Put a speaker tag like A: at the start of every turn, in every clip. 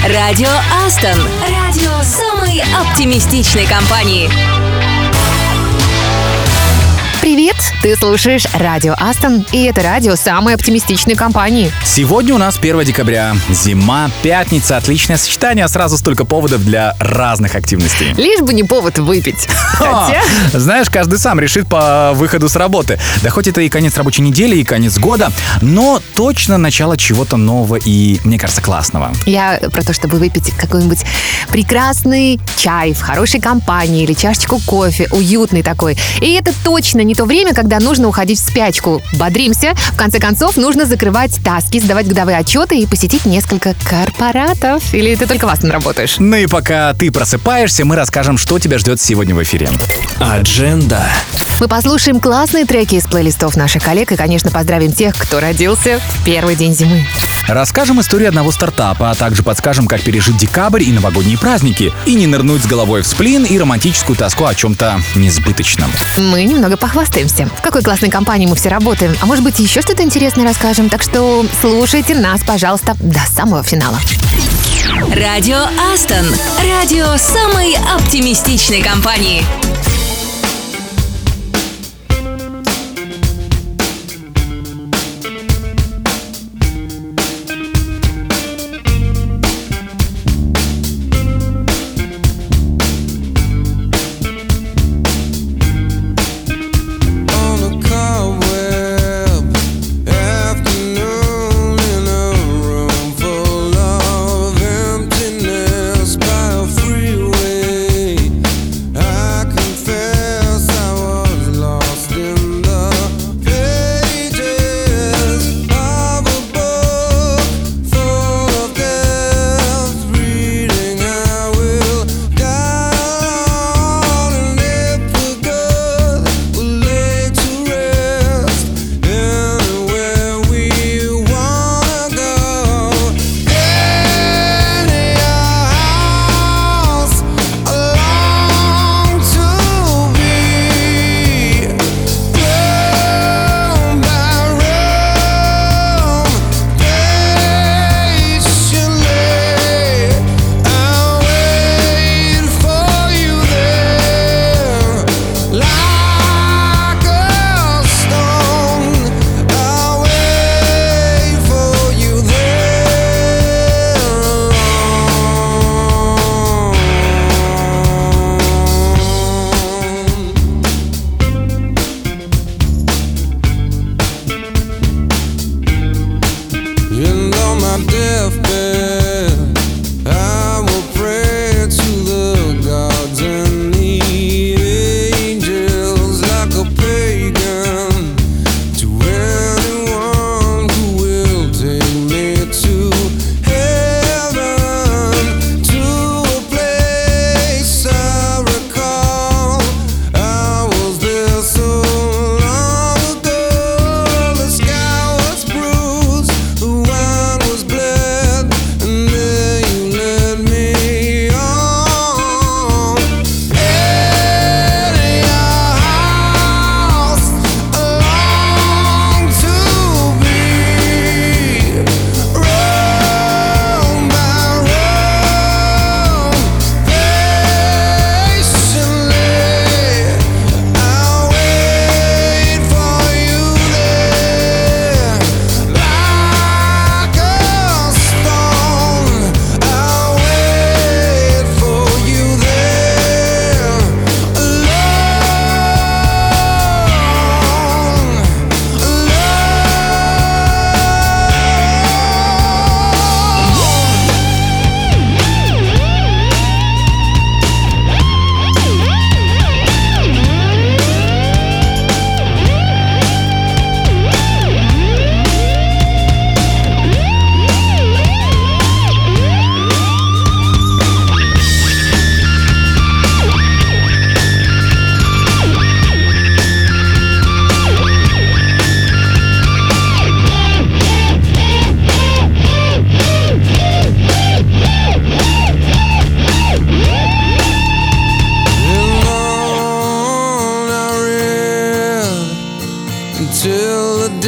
A: Радио Астон. Радио самой оптимистичной компании.
B: Привет! Ты слушаешь Радио Астон, и это радио самой оптимистичной компании.
C: Сегодня у нас 1 декабря. Зима, пятница, отличное сочетание, сразу столько поводов для разных активностей.
B: Лишь бы не повод выпить. Хотя...
C: Знаешь, каждый сам решит по выходу с работы. Да хоть это и конец рабочей недели, и конец года, но точно начало чего-то нового и, мне кажется, классного.
B: Я про то, чтобы выпить какой-нибудь прекрасный чай в хорошей компании или чашечку кофе, уютный такой. И это точно не то время, когда нужно уходить в спячку. Бодримся. В конце концов, нужно закрывать таски, сдавать годовые отчеты и посетить несколько корпоратов. Или ты только в Астон работаешь?
C: Ну и пока ты просыпаешься, мы расскажем, что тебя ждет сегодня в эфире. Адженда.
B: Мы послушаем классные треки из плейлистов наших коллег и, конечно, поздравим тех, кто родился в первый день зимы.
C: Расскажем историю одного стартапа, а также подскажем, как пережить декабрь и новогодние праздники, и не нырнуть с головой в сплин и романтическую тоску о чем-то несбыточном.
B: Мы немного похвастаемся. В какой классной компании мы все работаем, а может быть еще что-то интересное расскажем, так что слушайте нас, пожалуйста, до самого финала.
A: Радио Астон. Радио самой оптимистичной компании.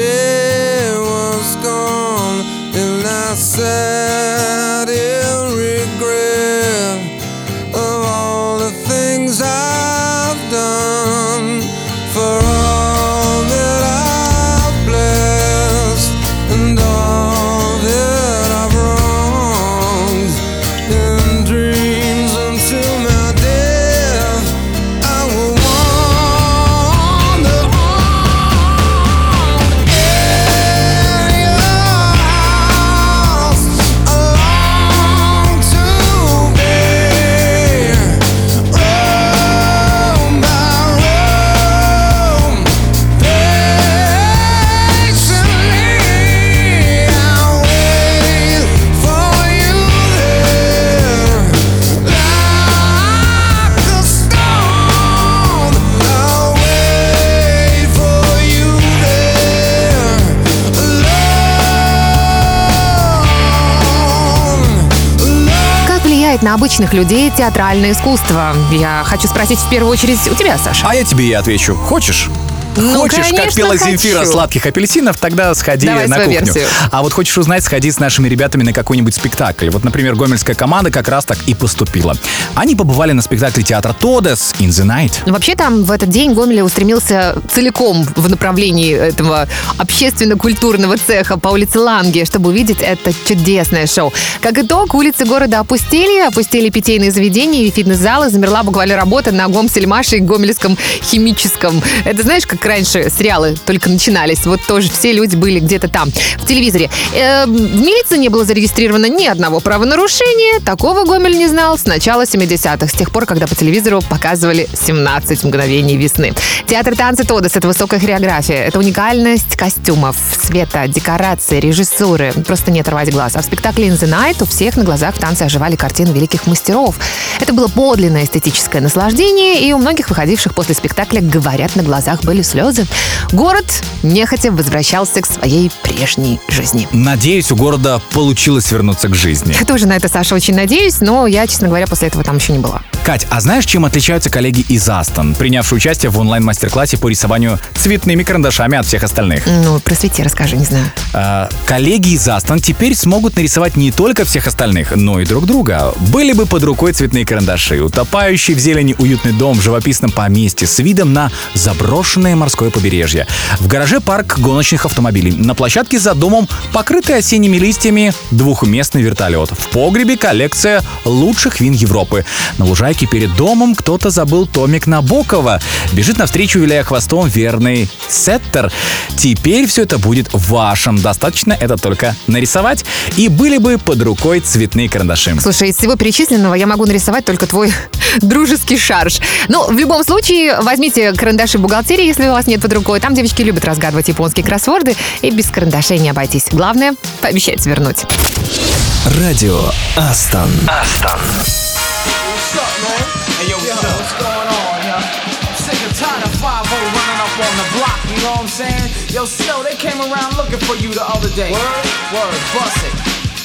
D: sat in
B: влияет на обычных людей театральное искусство? Я хочу спросить в первую очередь у тебя, Саша.
C: А я тебе и отвечу. Хочешь?
B: Ну,
C: Хочешь, как
B: конечно,
C: пела Земфира,
B: хочу.
C: сладких апельсинов, тогда сходи
B: Давай
C: на
B: свою
C: кухню.
B: версию.
C: А вот хочешь узнать, сходи с нашими ребятами на какой-нибудь спектакль. Вот, например, гомельская команда как раз так и поступила. Они побывали на спектакле театра Тодес «In the Night».
B: Вообще там в этот день Гомель устремился целиком в направлении этого общественно-культурного цеха по улице Ланге, чтобы увидеть это чудесное шоу. Как итог, улицы города опустили питейные заведения и фитнес-залы, замерла буквально работа на Гомсельмаше и Гомельском химическом. Это знаешь, как раньше сериалы только начинались, вот тоже все люди были где-то там, в телевизоре. В милиции не было зарегистрировано ни одного правонарушения, такого Гомель не знал с начала 70-х, с тех пор, когда по телевизору показывали 17 мгновений весны. Театр танца Тодес — это высокая хореография, это уникальность костюмов, света, декорации, режиссуры. Просто не оторвать глаз. А в спектакле «In the Night» у всех на глазах в танце оживали картины великих мастеров. Это было подлинное эстетическое наслаждение, и у многих выходивших после спектакля, говорят, на глазах были слезы. Город нехотя возвращался к своей прежней жизни.
C: Надеюсь, у города получилось вернуться к жизни.
B: Я тоже на это, Саша, очень надеюсь, но я, честно говоря, после этого там еще не была.
C: Кать, а знаешь, чем отличаются коллеги из Астон, принявшие участие в онлайн-мастер-классе по рисованию цветными карандашами от всех остальных?
B: Ну, просвети, расскажи, не знаю.
C: Коллеги из Астон теперь смогут нарисовать не только всех остальных, но и друг друга. Были бы под рукой цветные карандаши, утопающий в зелени уютный дом в живописном поместье с видом на заброшенное морское побережье. В гараже парк гоночных автомобилей. На площадке за домом покрытый осенними листьями двухместный вертолет. В погребе коллекция лучших вин Европы. На лужайке перед домом кто-то забыл томик Набокова. Бежит навстречу, виляя хвостом, верный сеттер. Теперь все это будет вашим. Достаточно это только нарисовать. И были бы под рукой цветные карандаши.
B: Слушай, из всего перечисленного я могу нарисовать только твой дружеский шарж. Ну, в любом случае, возьмите карандаши бухгалтерии, если у вас нет под рукой. Там девочки любят разгадывать японские кроссворды, и без карандашей не обойтись. Главное — пообещать свернуть.
D: Радио Астон.
E: Yo, Snow, they came around looking for you the other day. Word, bust it.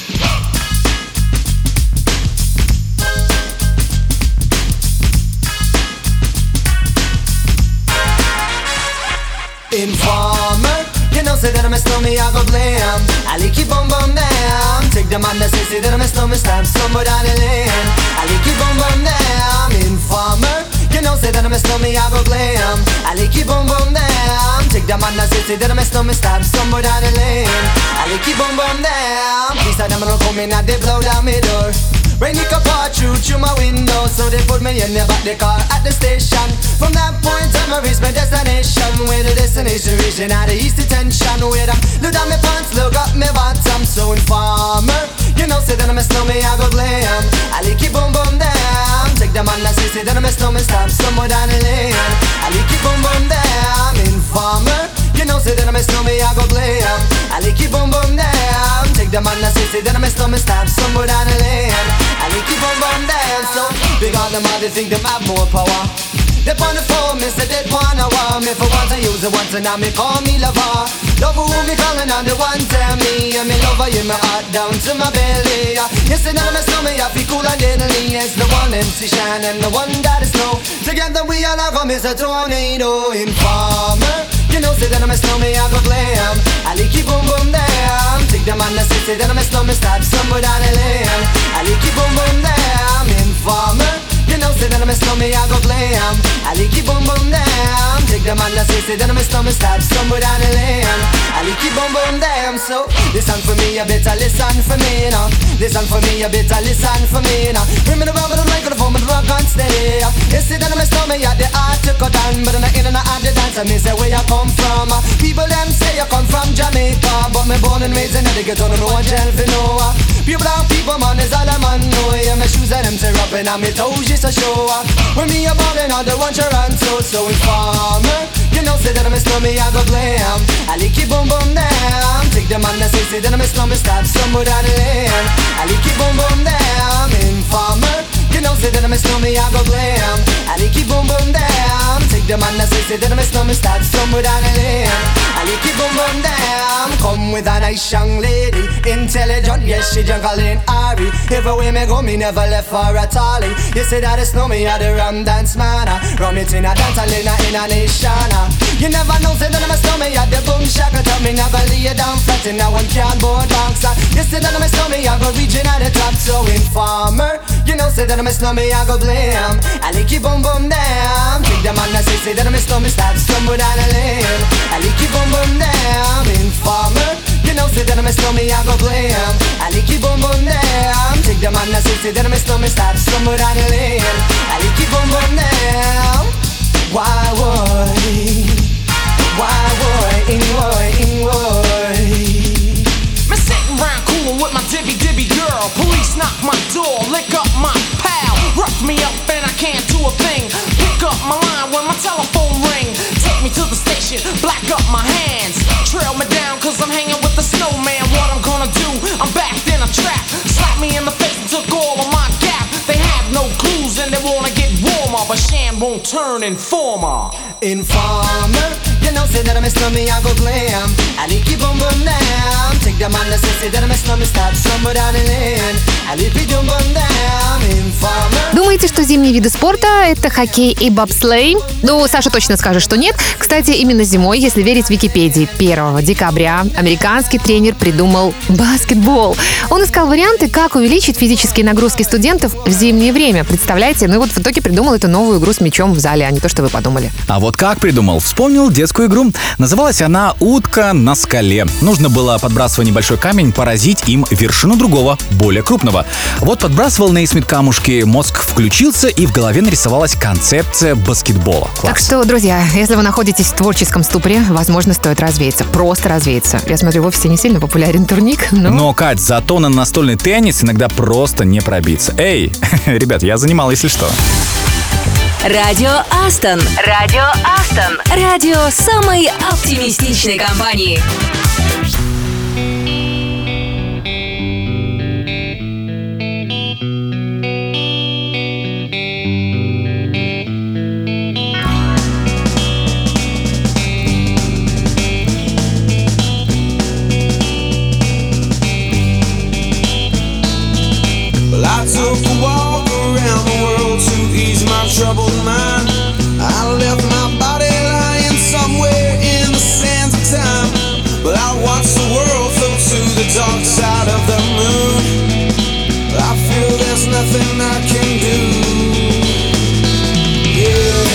F: Informer, you know, say that I'm a snowman, I go blam. I like you bum bum down. Take the man that say that I'm a snowman, stamp somewhere down the lane. I like you bum bum down. Informer, you know, say that I'm a snowman, I go glam. I like you bum bum down. Take the man that say that I'm a snowman, stamp somewhere down the lane. I like you bum bum down. Please, I'm gonna come in and they blow down my door. Rain it can pour through my window, so they put me in the back the car at the station. From that point on, I reached my destination. Where the destination region at the east detention. Where I look down my pants, look up my bottom. So informer, you know, say that I'm a snowman, I go glam. I like it boom boom down. Take the man that say that I'm a snowman, stop somewhere down the lane. I like it boom boom down. Informer, you know, say that I'm a snowman, I go glam. I like it boom boom down. Take the man that say that I'm a snowman, stop somewhere down the lane. I like it boom boom down. So big on them all, they think them have more power. They on the phone, me say they wanna war. Me for once I use it once and now me call me lover. Love who me calling on the one tell me. And me lover in my heart down to my belly. You say that I'm a snowman, I feel cool and deadly. It's the one MC Shine and the one that is snow. Together we all have come as a tornado. Informer, you know say that I'm a snowman, I go glam. I like it boom boom down. Take the man that say that I'm a snowman, stop somewhere down the lane. I like it boom boom down. Informer, you know say that I'm a snowman, I go glam. I like it boom boom down. Take the man that say that I'm a snowman, stop somewhere down the lane. I like it boom boom down. So listen for me, you better listen for me now. Listen for me, you better listen for me now. Bring me the rubber, the microphone, the rock and stay. You say that I'm a snowman, yeah, the art to cut down, but I'm not in and out the dance. I mean say where you come from. People them say you come from Jamaica, but me born and raised in the ghetto, no one tell for no. Pure brown people, man, is all I'm on. No, yeah, my shoes and them tear up and my toes just a show. When me a ballin', all the one Toronto, so informer. You know, say that I'm a snowman, I go glam. I like it boom boom down. Take the man that say that I'm a snowman, stop somewhere down the lane. I like it boom boom down. Informer, you know, say that I'm a snowman, I go glam. I like it boom boom down. Take Take the man that say that I snow me start somewhere down the lane. I like it boom boom damn. Come with a nice young lady, intelligent, yes she jungle in Ari. Everywhere me go, me never left for a tally. You say that it's no me at the rum dance man. Rum it in a dance hall in a nation. You never know say that I'm a stomach at the boom shack. Tell me never lay down flat in a one can board box. You say that I'm a stomach, I go reaching at the top. So informer, you know say that I'm a stomach, I go blame. I like it boom boom damn. Take the man that say that I'm a stomach, start stumble down the lane. I like it boom boom damn. Informer, you know say that I'm a stomach, I go blame. I like it boom boom damn. Take the man that say that I'm a stomach, start stumble down the lane. I like it boom boom damn. Why would?
E: Me sitting round coolin' with my dibby girl. Police knock my door, lick up my pal. Rough me up and I can't do a thing. Pick up my line when my telephone ring. Take me to the station, black up my hands. Trail me down cause I'm hanging with the snowman. What I'm gonna do, I'm backed in a trap. Slap me in the face and took all of my gap. They have no clues and they wanna get warmer, but Shan won't turn informer.
F: Informer, you know say that I'm a snummy, I go glam. I like it boom boom down. Take the man that say that I'm a snummy, start somewhere down the lane. I like it boom boom down. Informer.
B: Думаете, что зимние виды спорта — это хоккей и бобслей? Ну, Саша точно скажет, что нет. Кстати, именно зимой, если верить Википедии, 1 декабря американский тренер придумал баскетбол. Он искал варианты, как увеличить физические нагрузки студентов в зимнее время. Представляете? Ну и вот в итоге придумал эту новую игру с мячом в зале, а не то, что вы подумали.
C: А вот как придумал? Вспомнил детскую игру. Называлась она «Утка на скале». Нужно было, подбрасывая небольшой камень, поразить им вершину другого, более крупного. Вот подбрасывал Нейсмит камушки, мозг включился, и в голове нарисовалась концепция баскетбола. Класс.
B: Так что, друзья, если вы находитесь в творческом ступоре, возможно, стоит развеяться. Просто развеяться. Я смотрю, в офисе не сильно популярен турник, но...
C: Но, Кать, зато на настольный теннис иногда просто не пробиться. Эй, ребят, я занимал, если что.
A: Радио Астон. Радио Астон. Радио самой оптимистичной компании.
G: Well, I took a walk around the world to ease my troubled mind. I left my body lying somewhere in the sands of time. But I watched the world float to the dark side of the moon. I feel there's nothing I can do. Yeah.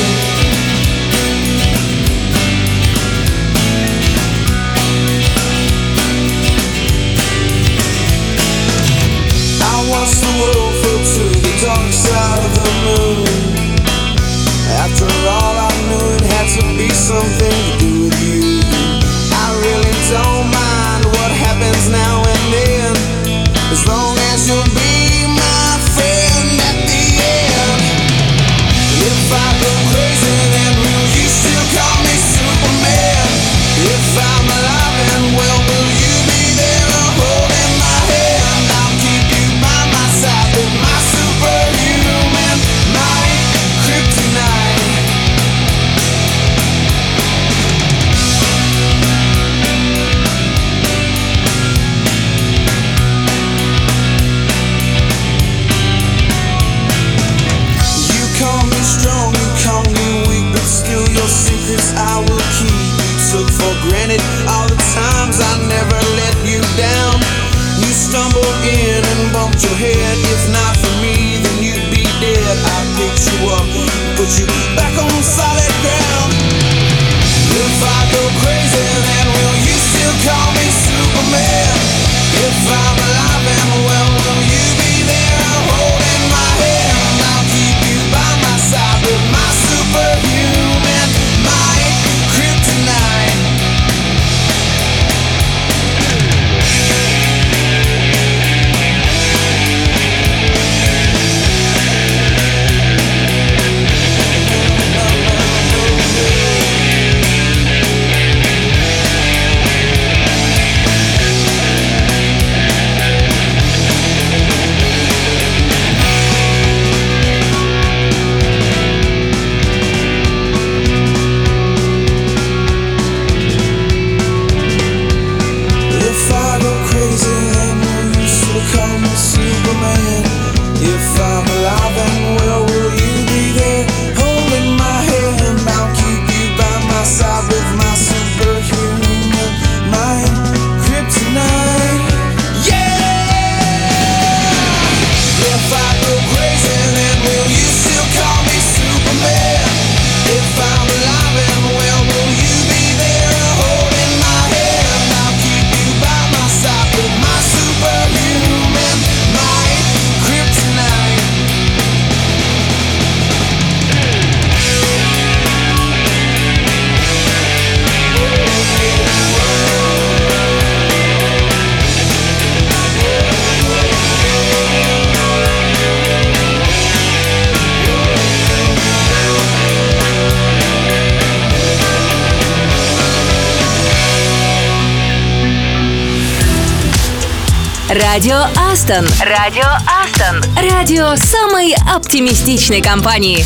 G: I watched the world float to the dark side of the moon. After all, I knew it had to be something to do with you. I really don't mind what happens now and then, as long as you'll be my friend at the end. If I go crazy, then will you still call me Superman? If I'm alive and well, will you be there holding my hand? I'll keep you by my side with my superhuman might, kryptonite.
A: Радио Астон. Радио Астон. Радио самой оптимистичной компании.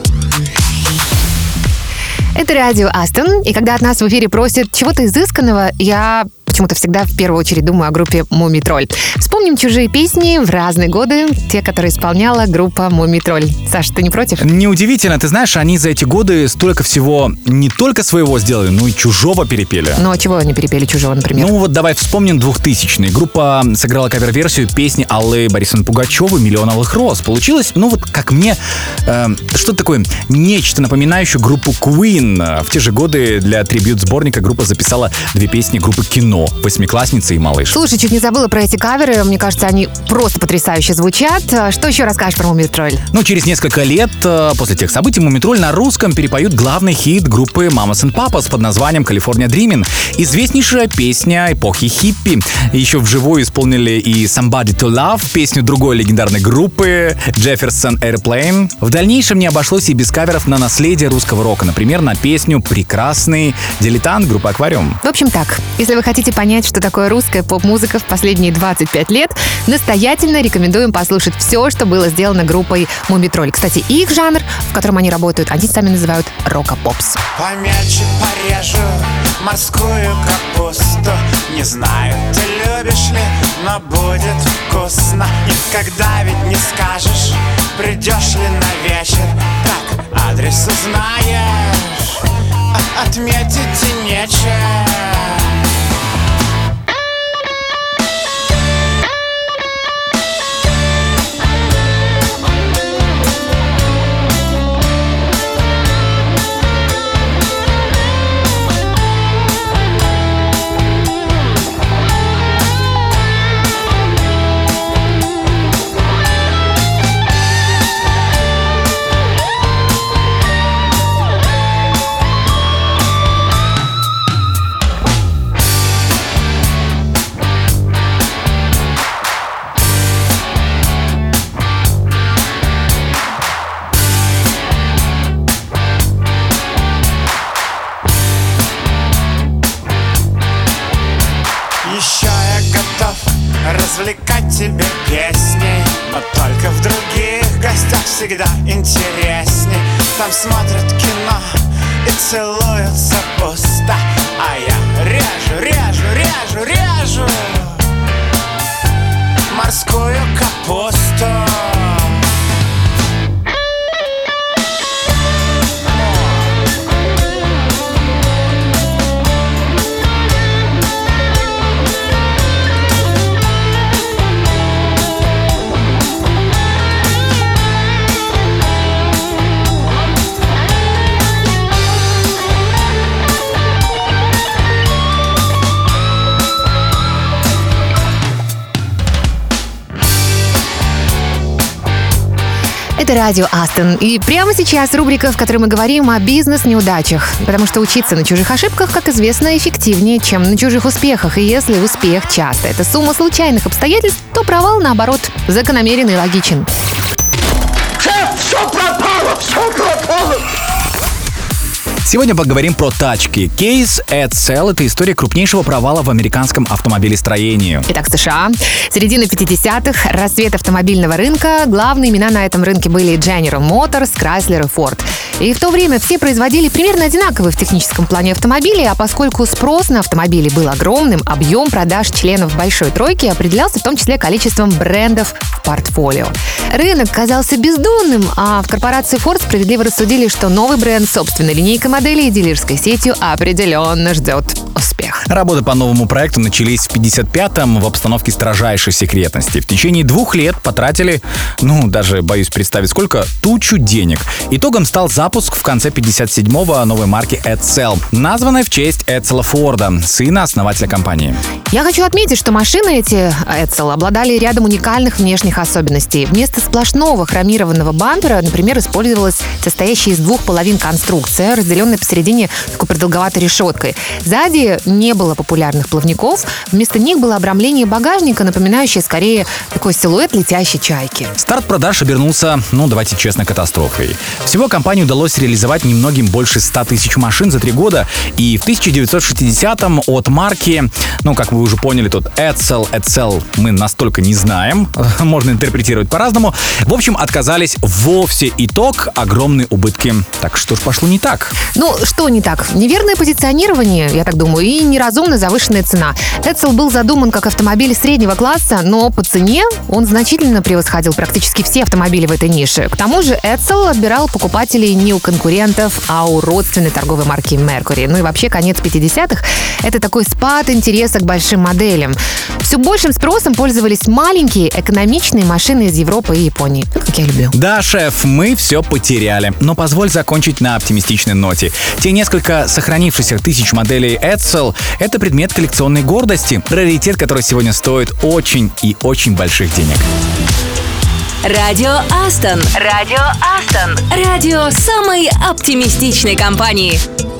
B: Это радио Астон, и когда от нас в эфире просят чего-то изысканного, я почему-то всегда в первую очередь думаю о группе «Мумий-тролль». Вспомним чужие песни в разные годы, те, которые исполняла группа «Мумий-тролль». Саша, ты не против?
C: Неудивительно, ты знаешь, они за эти годы столько всего не только своего сделали, но и чужого перепели.
B: Ну, а чего они перепели чужого, например?
C: Ну вот давай вспомним 2000-й. Группа сыграла кавер-версию песни Аллы Борисовны Пугачевой «Миллион алых роз». Получилось, ну вот как мне, что-то такое, нечто напоминающее группу Queen. В те же годы для трибьют-сборника группа записала 2 песни группы «Кино» «Восьмиклассница» и «Малыш».
B: Слушай, чуть не забыла про эти каверы. Мне кажется, они просто потрясающе звучат. Что еще расскажешь про «Мумий-тролль»?
C: Ну, через несколько лет после тех событий «Мумий-тролль» на русском перепоют главный хит группы Mamas and Papas под названием «California Dreamin'». Известнейшая песня эпохи хиппи. Еще вживую исполнили и «Somebody to Love», песню другой легендарной группы Jefferson Airplane. В дальнейшем не обошлось и без каверов на наследие русского рока. Например, на песню «Прекрасный дилетант» группы «Аквариум».
B: В общем так, если вы хотите понять, что такое русская поп-музыка в последние 25 лет, настоятельно рекомендуем послушать все, что было сделано группой «Мумий-тролль». Кстати, их жанр, в котором они работают, они сами называют рока-попс.
H: Помельче порежу морскую капусту. Не знаю, ты любишь ли, но будет вкусно. Никогда ведь не скажешь, придешь ли на вечер. Так, адрес узнаешь, а отметить и нечем. Развлекать тебя песней, но только в других гостях всегда интересней. Там смотрят кино и целуются пусто, а я режу морскую капусту.
B: Это радио Астон. И прямо сейчас рубрика, в которой мы говорим о бизнес-неудачах. Потому что учиться на чужих ошибках, как известно, эффективнее, чем на чужих успехах. И если успех часто это сумма случайных обстоятельств, то провал, наоборот, закономерен и логичен.
H: Все пропало!
C: Сегодня поговорим про тачки. Кейс Edsel — это история крупнейшего провала в американском автомобилестроении.
B: Итак, США. Середина 50-х, рассвет автомобильного рынка. Главные имена на этом рынке были General Motors, Chrysler и Ford. И в то время все производили примерно одинаковые в техническом плане автомобили, а поскольку спрос на автомобили был огромным, объем продаж членов большой тройки определялся в том числе количеством брендов в портфолио. Рынок казался бездонным, а в корпорации Ford справедливо рассудили, что новый бренд с собственной линейкой моделей и дилерской сетью определенно ждет успех.
C: Работы по новому проекту начались в 55-м в обстановке строжайшей секретности. В течение 2 лет потратили, даже боюсь представить сколько, тучу денег. Итогом стал запуск в конце 57-го новой марки Edsel, названной в честь Эдсела Форда, сына основателя компании.
B: Я хочу отметить, что машины эти Edsel обладали рядом уникальных внешних особенностей. Вместо сплошного хромированного бампера, например, использовалась состоящая из двух половин конструкция, разделенная посередине такой продолговатой решеткой. Сзади не было популярных плавников, вместо них было обрамление багажника, напоминающее скорее такой силуэт летящей чайки.
C: Старт продаж обернулся, давайте честно, катастрофой. Всего компании удалось реализовать немногим больше 100 тысяч машин за 3 года, и в 1960-м от марки, как вы уже поняли, тут Edsel мы настолько не знаем, можно интерпретировать по-разному. В общем, отказались вовсе. Итог — огромные убытки. Так что ж пошло не так?
B: Что не так? Неверное позиционирование, я так думаю, и неразумно завышенная цена. Edsel был задуман как автомобиль среднего класса, но по цене он значительно превосходил практически все автомобили в этой нише. К тому же Edsel отбирал покупателей не у конкурентов, а у родственной торговой марки Mercury. И вообще конец 50-х — это такой спад интереса к большим моделям. Все большим спросом пользовались маленькие экономичные машины из Европы и Японии. Как я люблю.
C: Да, шеф, мы все потеряли. Но позволь закончить на оптимистичной ноте. Те несколько сохранившихся тысяч моделей Edsel — это предмет коллекционной гордости. Раритет, который сегодня стоит очень и очень больших денег.
A: Радио Астон. Радио Астон. Радио самой оптимистичной компании.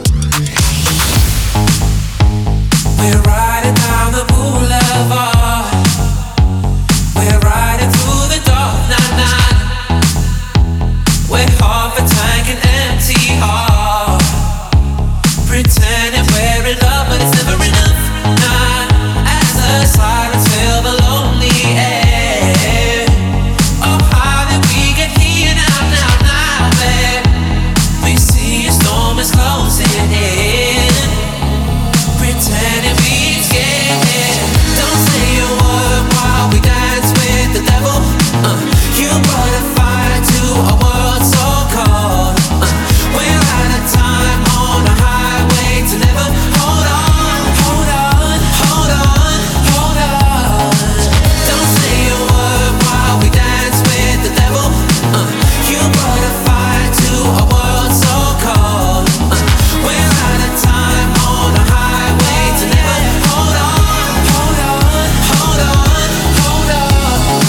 I: We're riding down the boulevard. We're riding through the dark night. We're half a tank and empty heart. Pretending we're in love, but it's never enough. As the sirens fill the lonely air. Oh, how did we get here now, babe? We see a storm is closing in. Pretending we scared. Don't say a word while we dance with the devil. You brought a fire to a world so cold. We're out of time on a highway to never. Hold on, hold on, hold on, hold on. Don't say a word while we dance with the devil. You brought a fire to a world so cold. We're out of time on a highway to never. Hold on, hold on, hold on, hold on.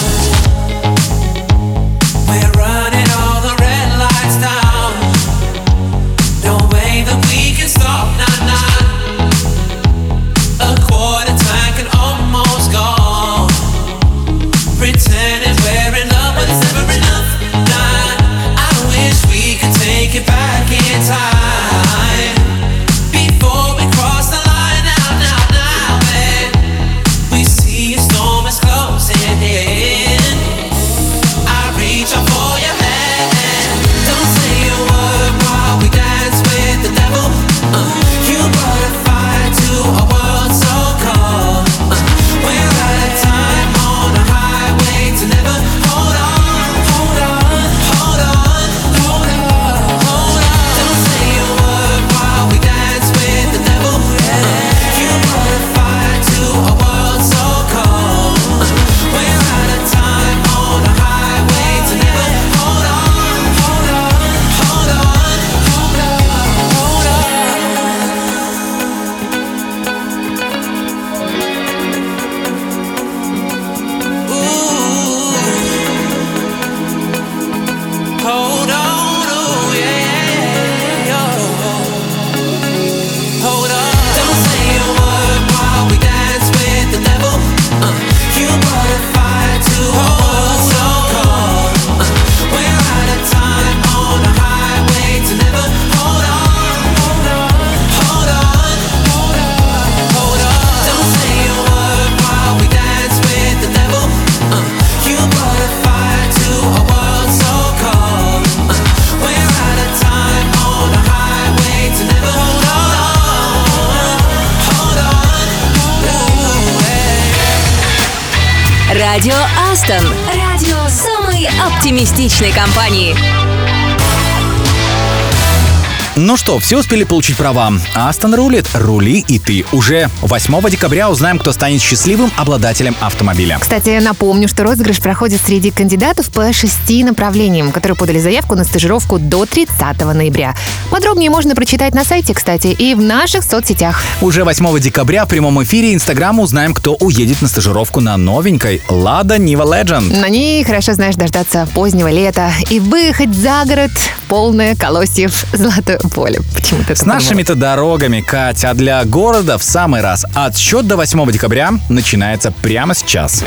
I: We're running all the red lights down. No way that we can stop, nah. A quarter tank and almost gone. Pretending we're in love, but it's never enough, nah. I wish we could take it back in time. Before we cross the line, now, babe. We see a storm is closing in. I reach out for your hand. Don't say a word while we dance with the devil. You brought a fire to a world so cold. We're out of time on a highway to never. Hold on, hold on, hold on, hold on, hold on. Don't say a word while we dance with the devil. You brought a fire to a world so cold. We're out of time on a highway to never. Hold on, hold on, hold on, hold on, hold on. Ooh. Hold on, oh yeah, hold on. Don't say a word while we dance with the devil. You brought a fire to a world so cold. We're out of time on a highway to never. Hold on, hold on, hold on, hold on, hold on. Don't say a word while we dance with the devil. You brought a fire to a world so cold. We're out of time on a highway to never. Hold on, hold on,
A: Радио Астон. Радио самой оптимистичной компании.
C: Ну что, все успели получить права? Астон рулит, рули и ты. Уже 8 декабря узнаем, кто станет счастливым обладателем автомобиля.
B: Кстати, напомню, что розыгрыш проходит среди кандидатов по 6 направлениям, которые подали заявку на стажировку до 30 ноября. Подробнее можно прочитать на сайте, кстати, и в наших соцсетях.
C: Уже 8 декабря в прямом эфире Инстаграма узнаем, кто уедет на стажировку на новенькой Lada Niva Legend.
B: На ней хорошо знаешь дождаться позднего лета и выехать за город в полное колосьев золотое поле. Почему-то
C: С нашими-то дорогами, Катя, а для города в самый раз. Отсчет до 8 декабря начинается прямо сейчас.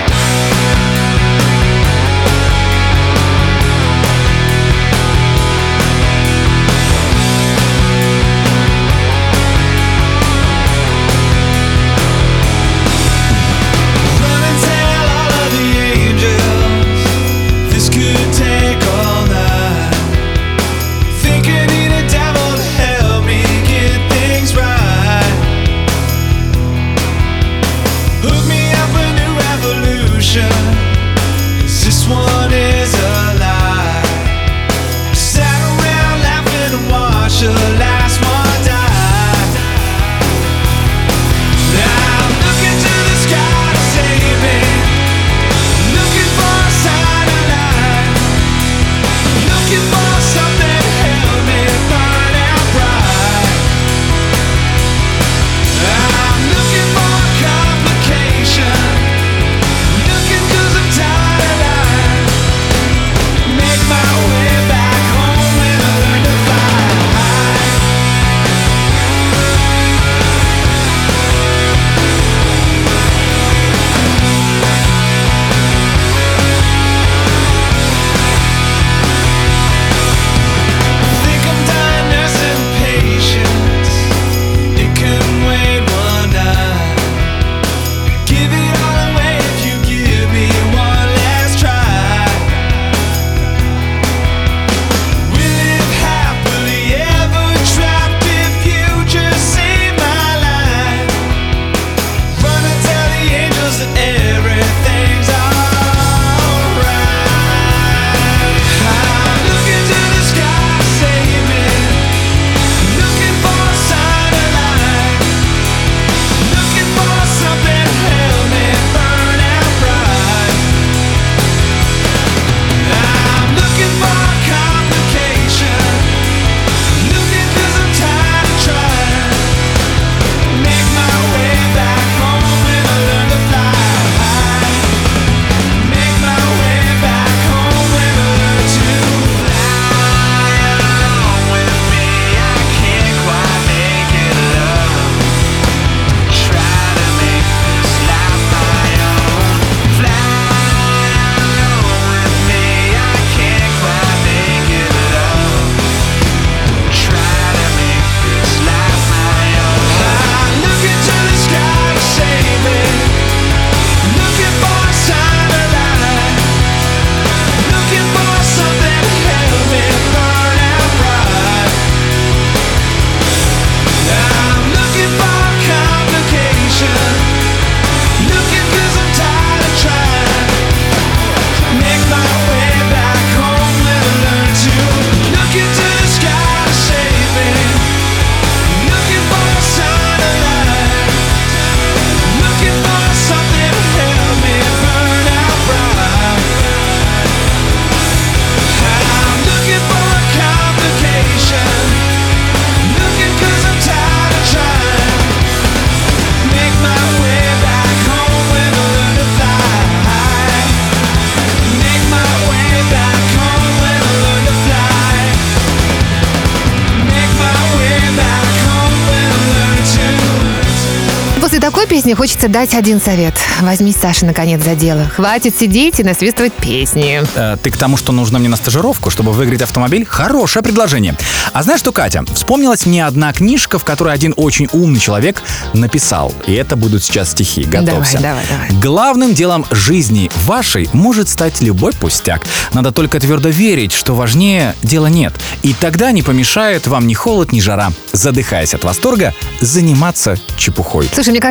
B: После такой песни хочется дать один совет. Возьми Саша наконец за дело. Хватит сидеть и насвистывать песни.
C: Ты к тому, что нужно мне на стажировку, чтобы выиграть автомобиль? Хорошее предложение. А знаешь что, Катя? Вспомнилась мне одна книжка, в которой один очень умный человек написал. И это будут сейчас стихи. Готовься.
B: Давай.
C: Главным делом жизни вашей может стать любой пустяк. Надо только твердо верить, что важнее дела нет. И тогда не помешает вам ни холод, ни жара. Задыхаясь от восторга, заниматься чепухой.
B: Слушай, мне кажется, такой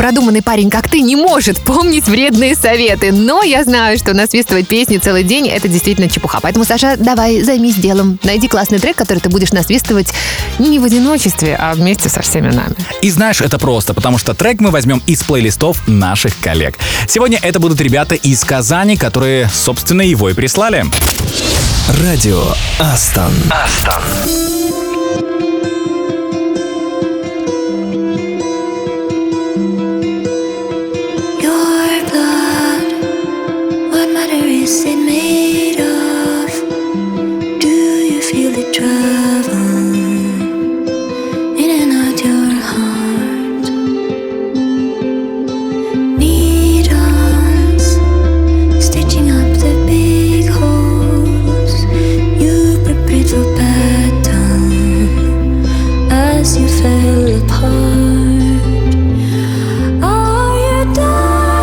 B: продуманный парень, как ты, не может помнить вредные советы. Но я знаю, что насвистывать песни целый день — это действительно чепуха. Поэтому, Саша, давай займись делом. Найди классный трек, который ты будешь насвистывать не в одиночестве, а вместе со всеми нами.
C: И знаешь, это просто, потому что трек мы возьмем из плейлистов наших коллег. Сегодня это будут ребята из Казани, которые, собственно, его и прислали.
D: Радио Астон.
J: Is it made of? Do you feel it travel in and out your heart? Needles stitching up the big holes. You prepared for battle as you fell apart. Are you done?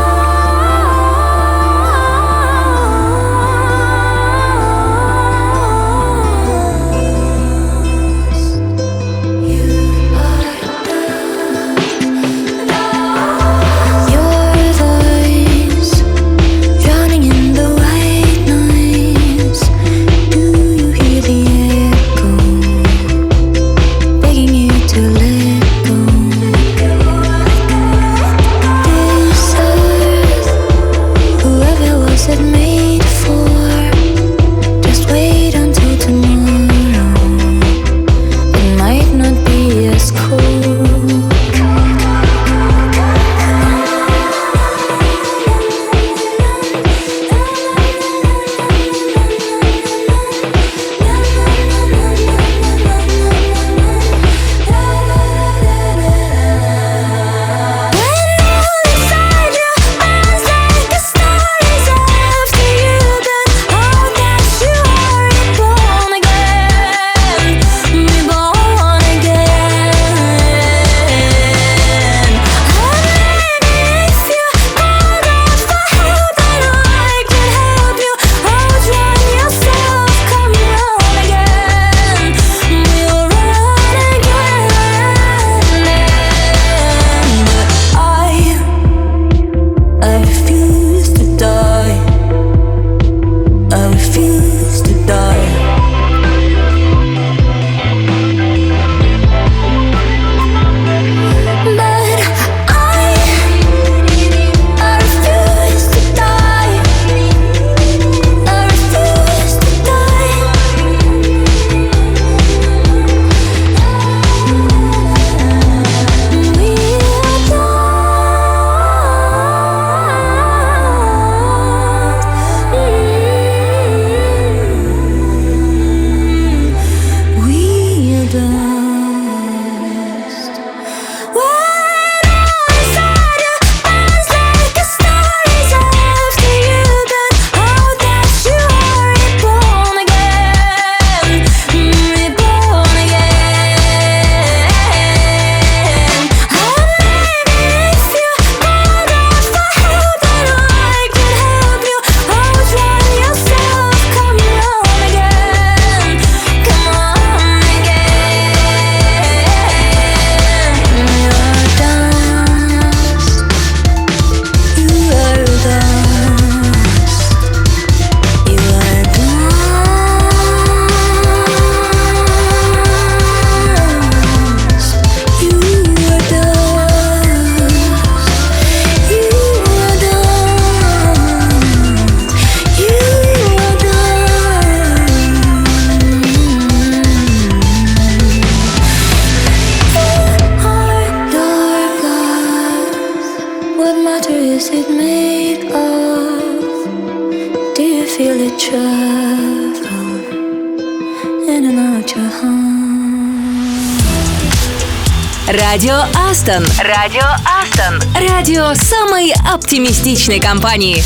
A: Радио Астон. Радио Астон. Радио самой оптимистичной компании.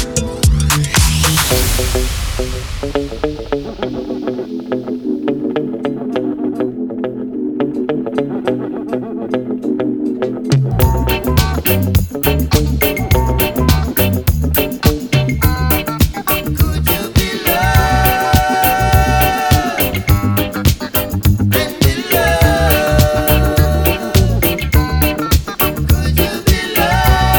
J: Love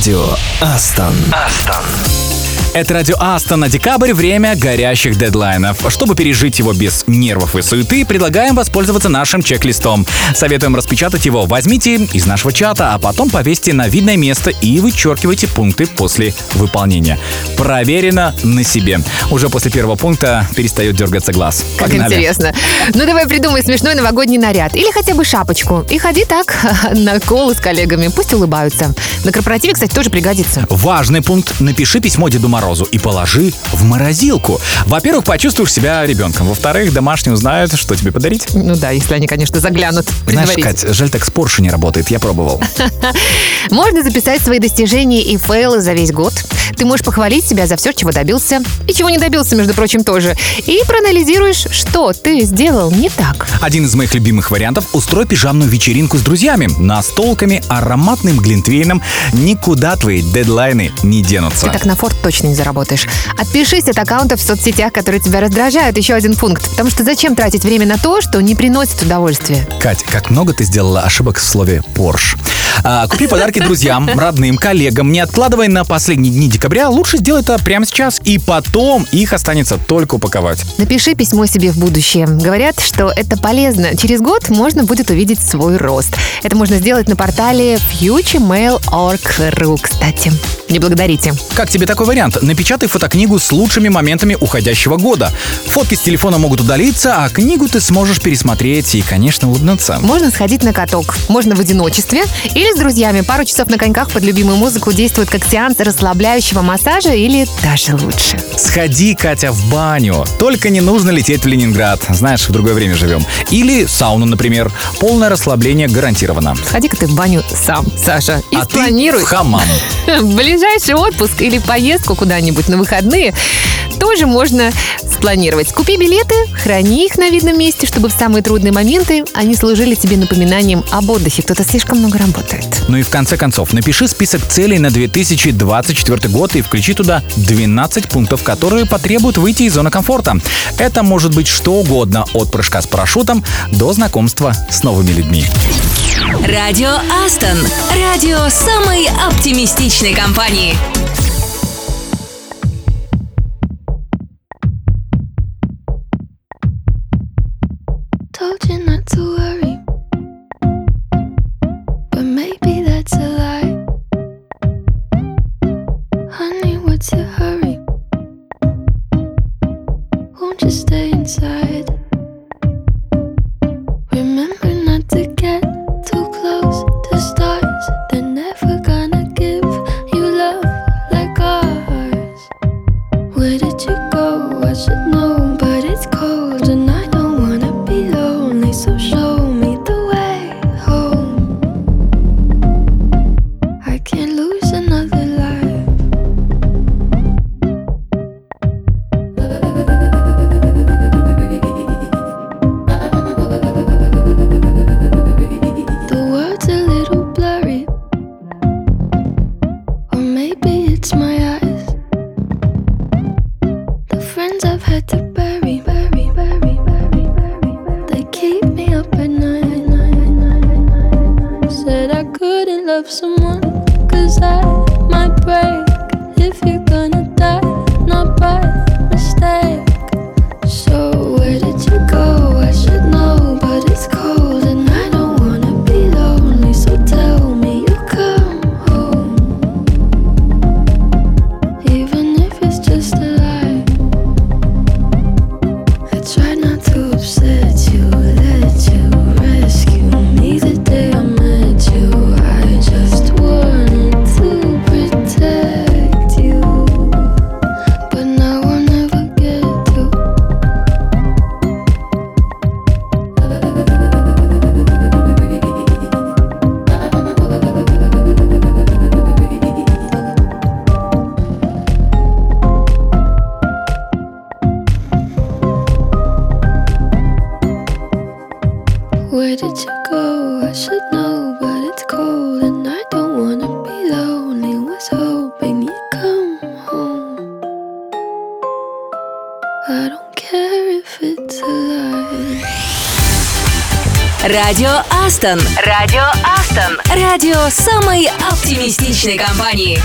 D: Радио Астон.
C: Это радио Астон на декабрь, время горящих дедлайнов. Чтобы пережить его без нервов и суеты, предлагаем воспользоваться нашим чек-листом. Советуем распечатать его. Возьмите из нашего чата, а потом повесьте на видное место и вычеркивайте пункты после выполнения. Проверено на себе. Уже после первого пункта перестает дергаться глаз.
B: Как
C: Погнали.
B: интересно. Ну, давай придумай смешной новогодний наряд. Или хотя бы шапочку. И ходи так на колы с коллегами. Пусть улыбаются. На корпоративе, кстати, тоже пригодится.
C: Важный пункт. Напиши письмо Деду Морозу и положи в морозилку. Во-первых, почувствуешь себя ребенком. Во-вторых, домашние узнают, что тебе подарить.
B: Ну да, если они, конечно, заглянут.
C: Знаешь, Кать, жаль, так с Porsche не работает. Я пробовал.
B: Можно записать свои достижения и фейлы за весь год. Ты можешь похвалить себя за все, чего добился. И чего не добился, между прочим, тоже. И проанализируешь, что ты сделал не так.
C: Один из моих любимых вариантов — устрой пижамную вечеринку с друзьями. Настолками, ароматным глинтвейном. Никуда твои дедлайны не денутся.
B: Ты так на форт точно не заработаешь. Отпишись от аккаунтов в соцсетях, которые тебя раздражают. Еще один пункт. Потому что зачем тратить время на то, что не приносит удовольствия?
C: Кать, как много ты сделала ошибок в слове Porsche. Купи подарки друзьям, родным, коллегам. Не откладывай на последние дни декабря. Лучше сделай это прямо сейчас, и потом их останется только упаковать.
B: Напиши письмо себе в будущее. Говорят, что это полезно. Через год можно будет увидеть свой рост. Это можно сделать на портале futuremail.org.ru, кстати. Не благодарите.
C: Как тебе такой вариант? Напечатай фотокнигу с лучшими моментами уходящего года. Фотки с телефона могут удалиться, а книгу ты сможешь пересмотреть и, конечно, улыбнуться.
B: Можно сходить на каток. Можно в одиночестве или с друзьями. Пару часов на коньках под любимую музыку действует как сеанс расслабляющего массажа или даже лучше.
C: Сходи, Катя, в баню. Только не нужно лететь в Ленинград. Знаешь, в другое время живем. Или сауну, например. Полное расслабление гарантировано.
B: Сходи-ка ты в баню сам, Саша, и спланируй.
C: Ты в хамам.
B: Ближайший отпуск или поездку куда-нибудь на выходные тоже можно спланировать. Купи билеты, храни их на видном месте, чтобы в самые трудные моменты они служили тебе напоминанием об отдыхе. Кто-то слишком много работает.
C: Ну и в конце концов, напиши список целей на 2024 год и включи туда 12 пунктов, которые потребуют выйти из зоны комфорта. Это может быть что угодно, от прыжка с парашютом до знакомства с новыми людьми.
A: Радио Астон. Радио самой оптимистичной компании.
J: Told you not to worry, but maybe that's a lie. Honey, what's your hurry? Won't you stay inside? Remember not to get too close to stars. They're never gonna give you love like ours. Where did you go? I should know, but it's cold and I don't wanna be lonely. So show me the way home. I can't lose another life. The world's a little blurry, or maybe it's my eyes. The friends I've had to bury, they keep me up at night. Said I couldn't love someone, 'cause I might break. If you're gonna die, not by mistake. So where did you go? I should know, but it's cold and I don't wanna be lonely. So tell me you come home, even if it's just a lie. I try not to upset you, let you rescue me the day I met you. I just wanted to protect you, but now I'll never get to. Where did you go? I should know, but it's cold and I don't wanna be lonely. Was hoping you'd come home. I don't care if it's a lie.
A: Радио Астон. Радио Астон. Радио самой оптимистичной компании.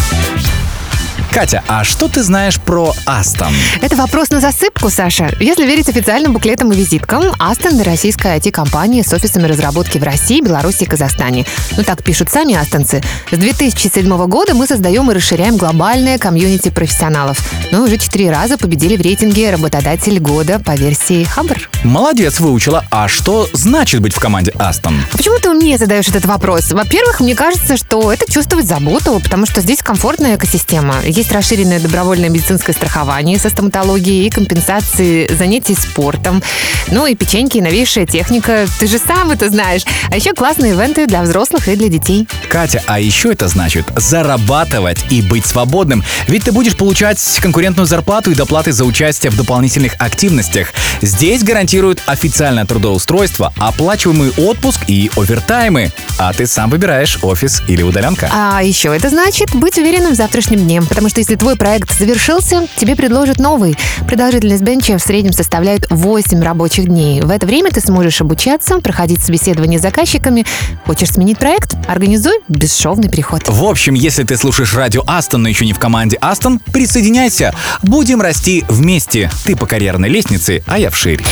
C: Катя, а что ты знаешь про Астон?
B: Это вопрос на засыпку, Саша. Если верить официальным буклетам и визиткам, Астон — российская IT-компания с офисами разработки в России, Беларуси и Казахстане. Ну, так пишут сами астонцы. С 2007 года мы создаем и расширяем глобальное комьюнити профессионалов. Мы уже 4 раза победили в рейтинге «Работодатель года» по версии Хабр.
C: Молодец, выучила. А что значит быть в команде Астон?
B: Почему ты мне задаешь этот вопрос? Во-первых, мне кажется, что это чувствовать заботу, потому что здесь комфортная экосистема. Есть расширенное добровольное медицинское страхование со стоматологией и компенсации занятий спортом. Ну и печеньки, и новейшая техника. Ты же сам это знаешь. А еще классные ивенты для взрослых и для детей.
C: Катя, а еще это значит зарабатывать и быть свободным. Ведь ты будешь получать конкурентную зарплату и доплаты за участие в дополнительных активностях. Здесь гарантируют официальное трудоустройство, оплачиваемый отпуск и овертаймы. А ты сам выбираешь офис или удаленка.
B: А еще это значит быть уверенным в завтрашнем дне. Потому что если твой проект завершился, тебе предложат новый. Продолжительность бенча в среднем составляет 8 рабочих дней. В это время ты сможешь обучаться, проходить собеседование с заказчиками. Хочешь сменить проект? Организуй бесшовный переход.
C: В общем, если ты слушаешь радио Астон, но еще не в команде Астон, присоединяйся. Будем расти вместе. Ты по карьерной лестнице, а я вширь.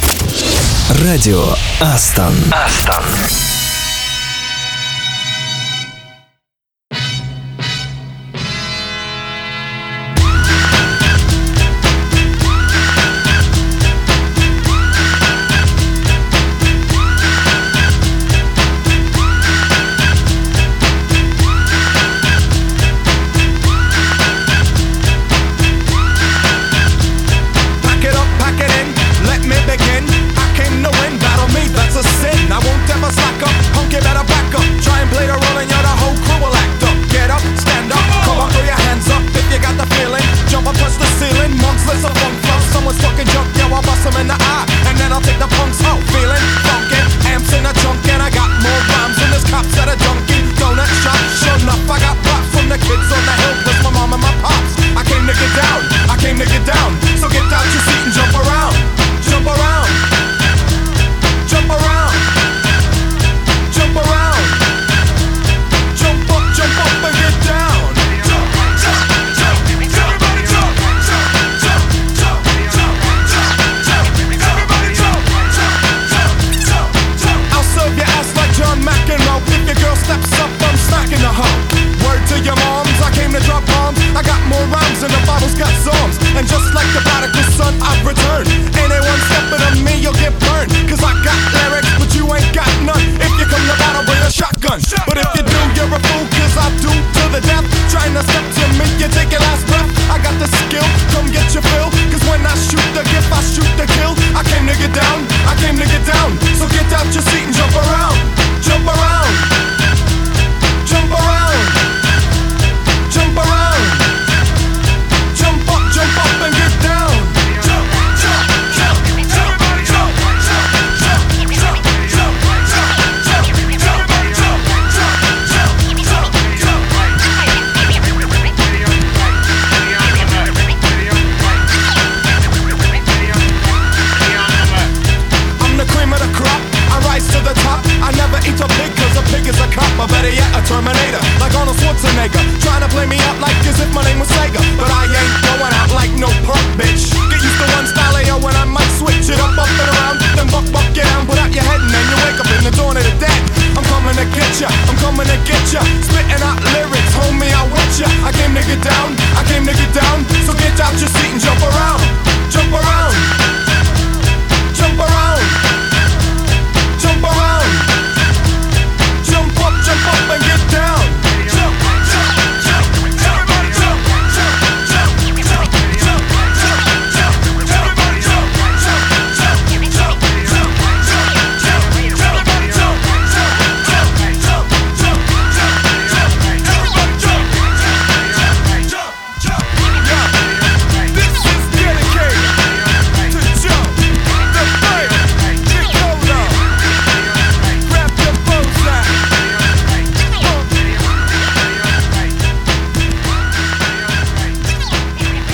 D: Радио Астон.
I: Астон.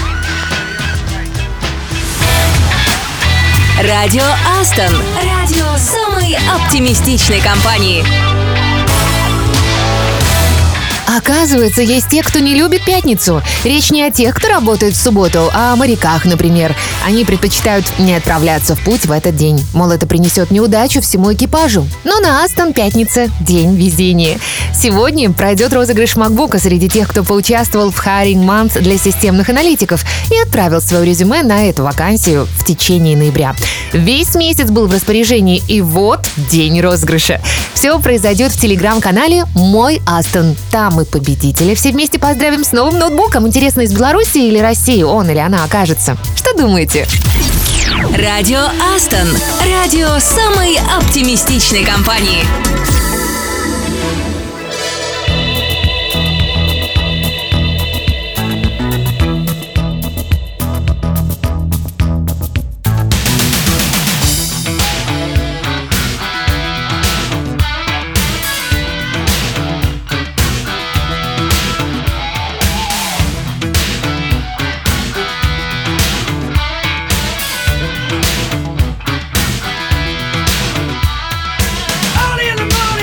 A: Радио Астон. Радио самой оптимистичной компании.
B: Оказывается, есть те, кто не любит пятницу. Речь не о тех, кто работает в субботу, а о моряках, например. Они предпочитают не отправляться в путь в этот день. Мол, это принесет неудачу всему экипажу. Но на Астон пятница – день везения. Сегодня пройдет розыгрыш MacBook'а среди тех, кто поучаствовал в Hiring Month для системных аналитиков и отправил свое резюме на эту вакансию в течение ноября. Весь месяц был в распоряжении, и вот день розыгрыша. Все произойдет в телеграм-канале «Мой Астон». Там мы победителя все вместе поздравим с новым ноутбуком. Интересно, из Беларуси или России он или она окажется? Что думаете?
A: Радио Астон. Радио самой оптимистичной компании.
E: Early in the morning.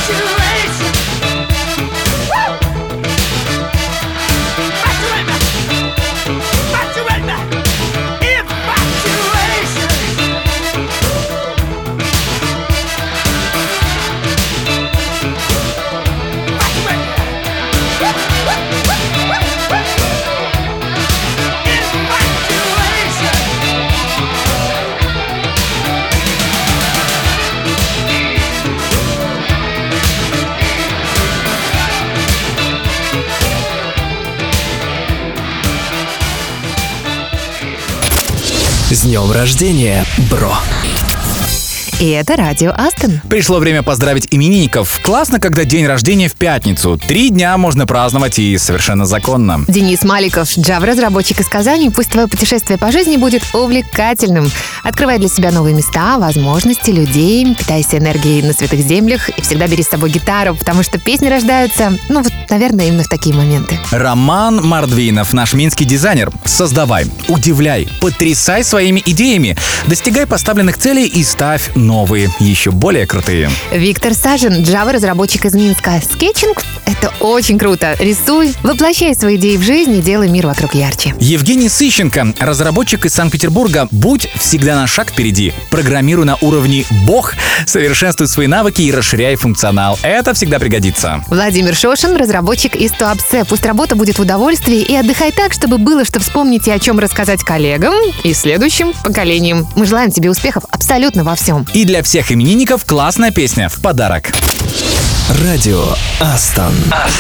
D: С днем рождения, бро!
B: И это радио Астон.
C: Пришло время поздравить именинников. Классно, когда день рождения в пятницу. 3 дня можно праздновать и совершенно законно.
B: Денис Маликов, Java-разработчик из Казани. Пусть твое путешествие по жизни будет увлекательным. Открывай для себя новые места, возможности, людей. Питайся энергией на святых землях. И всегда бери с собой гитару, потому что песни рождаются, наверное, именно в такие моменты.
C: Роман Мордвинов, наш минский дизайнер. Создавай, удивляй, потрясай своими идеями. Достигай поставленных целей и ставь новые, еще более крутые.
B: Виктор Сажин, Java-разработчик из Минска. Скетчинг — это очень круто. Рисуй, воплощай свои идеи в жизнь и делай мир вокруг ярче.
C: Евгений Сыщенко, разработчик из Санкт-Петербурга. Будь всегда на шаг впереди. Программируй на уровне бог. Совершенствуй свои навыки и расширяй функционал. Это всегда пригодится.
B: Владимир Шошин, разработчик из Туапсе. Пусть работа будет в удовольствии и отдыхай так, чтобы было что вспомнить и о чем рассказать коллегам и следующим поколениям. Мы желаем тебе успехов абсолютно во всем.
C: И для всех именинников классная песня в подарок.
D: Радио Астон.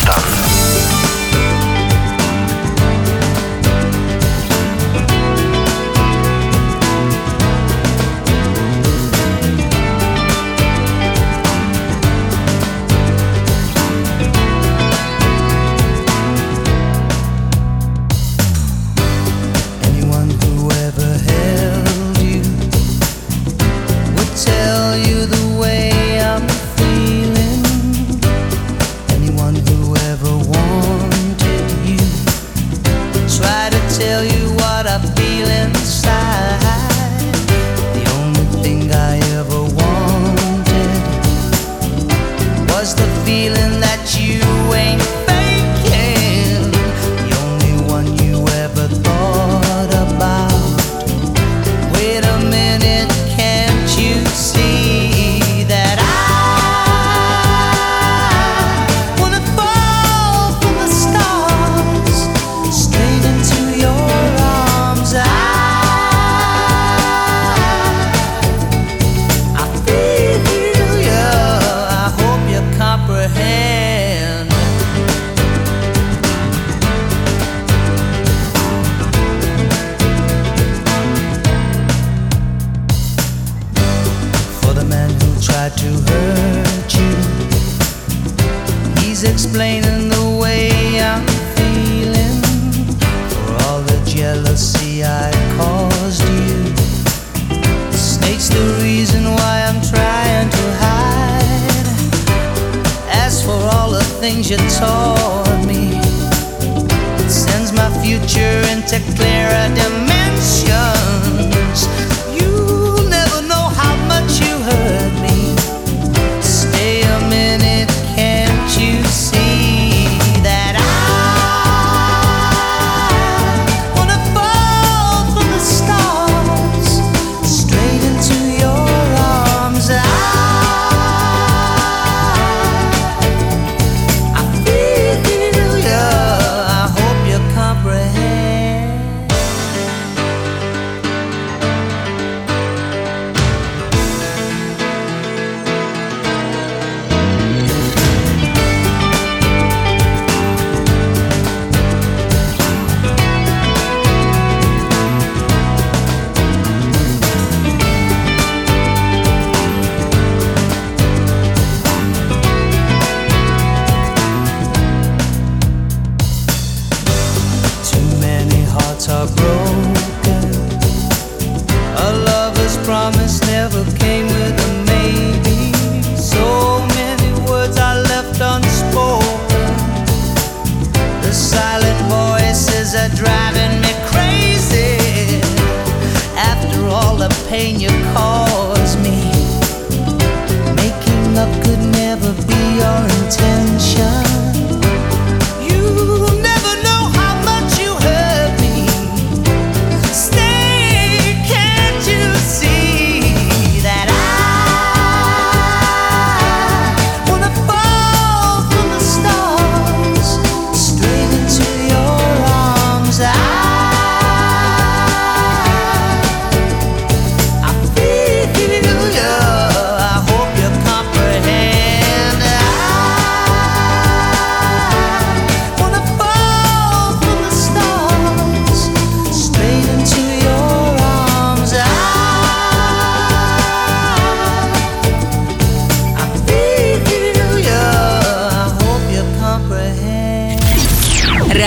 K: Explaining the way I'm feeling for all the jealousy I caused you. States the reason why I'm trying to hide. As for all the things you taught me, it sends my future into clearer dimensions. You'll never know how much you hurt me. Stay a minute, can't you see that I wanna fall from the stars straight into your arms? I feel you, I hope you comprehend.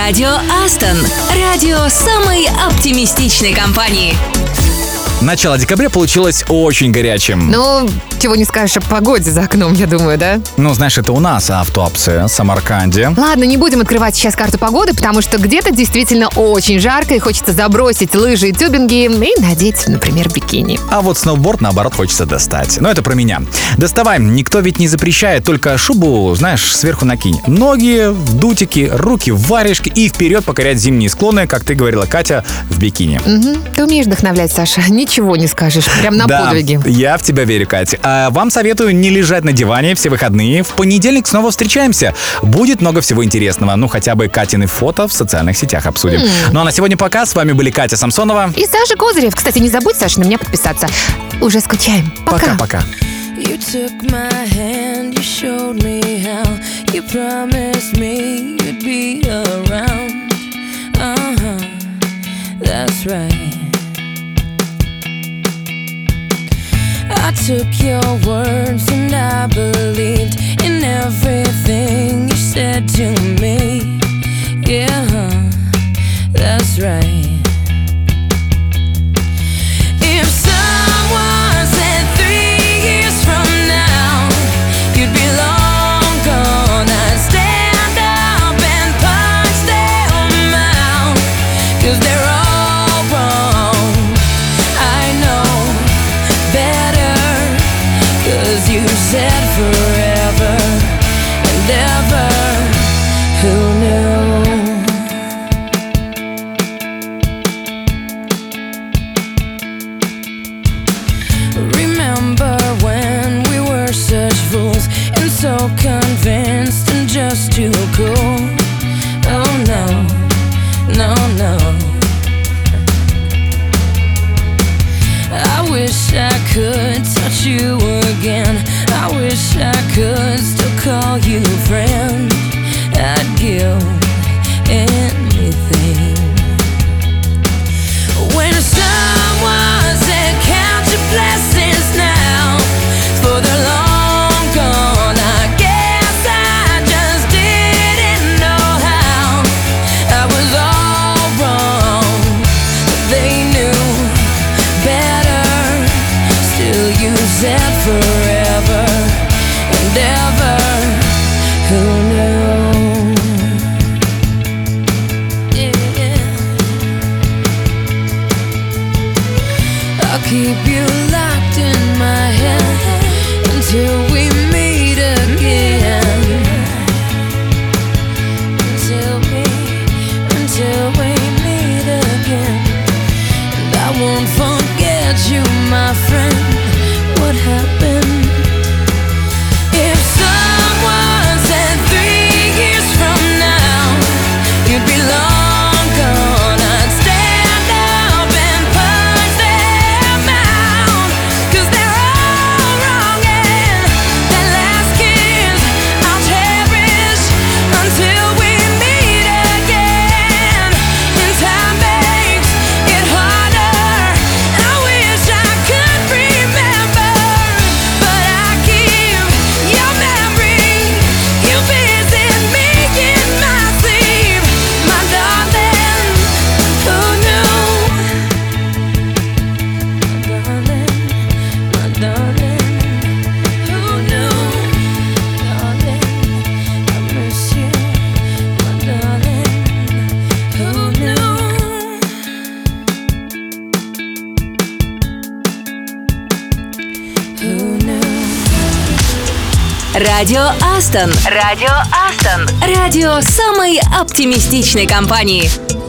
A: Радио Астон. Радио самой оптимистичной компании.
C: Начало декабря получилось очень горячим.
B: Ну, чего не скажешь о погоде за окном, я думаю, да?
C: Ну, знаешь, это у нас, а в Туапсе, Самарканде.
B: Ладно, не будем открывать сейчас карту погоды, потому что где-то действительно очень жарко, и хочется забросить лыжи и тюбинги и надеть, например, бикини.
C: А вот сноуборд, наоборот, хочется достать. Но это про меня. Доставай, никто ведь не запрещает, только шубу, знаешь, сверху накинь. Ноги в дутики, руки в варежки и вперед покорять зимние склоны, как ты говорила, Катя, в бикини.
B: Угу. Ты умеешь вдохновлять, Саша, ничего не скажешь, прям на подвиги.
C: Я в тебя верю, Катя. А вам советую не лежать на диване все выходные. В понедельник снова встречаемся. Будет много всего интересного. Ну, хотя бы Катины фото в социальных сетях обсудим. Ну, а на сегодня пока. С вами были Катя Самсонова
B: и Саша Козырев. Кстати, не забудь, Саша, на меня подписаться. Уже скучаем. Пока.
C: Пока-пока.
J: You took my hand, you showed me how. You promised me you'd be around. That's right. I took your words and I believed in everything you said to me. Yeah, that's right. If someone said 3 years from now you'd be long gone, I'd stand up and punch them out, 'cause they're all wrong. I know better, 'cause you said forever and ever. Who knew? Remember when we were such fools and so convinced and just too cool? Oh no, no, no. I wish I could touch you again. I wish I could still call you friend. I'd give anything. When someone said count your blessings now, for they're long gone, I guess I just didn't know how. I was all wrong, they knew better. Still you said forever and ever. Who knew? Yeah. I'll keep you locked in my head until we meet again. Until we meet again. And I won't forget you, my friend. What happened? If someone said 3 years from now you'd be long gone, I'd stand up and punch them out, 'cause they're all wrong. And that last kiss I'll cherish until we meet again. And time makes it harder. I wish I could remember, but I keep your memory. You visit me in my sleep, my darling. Who knew? My darling, who knew? Darling, I miss you, my darling. Who knew? Who knew?
A: Радио Астон. Радио Астон. Радио самой оптимистичной компании.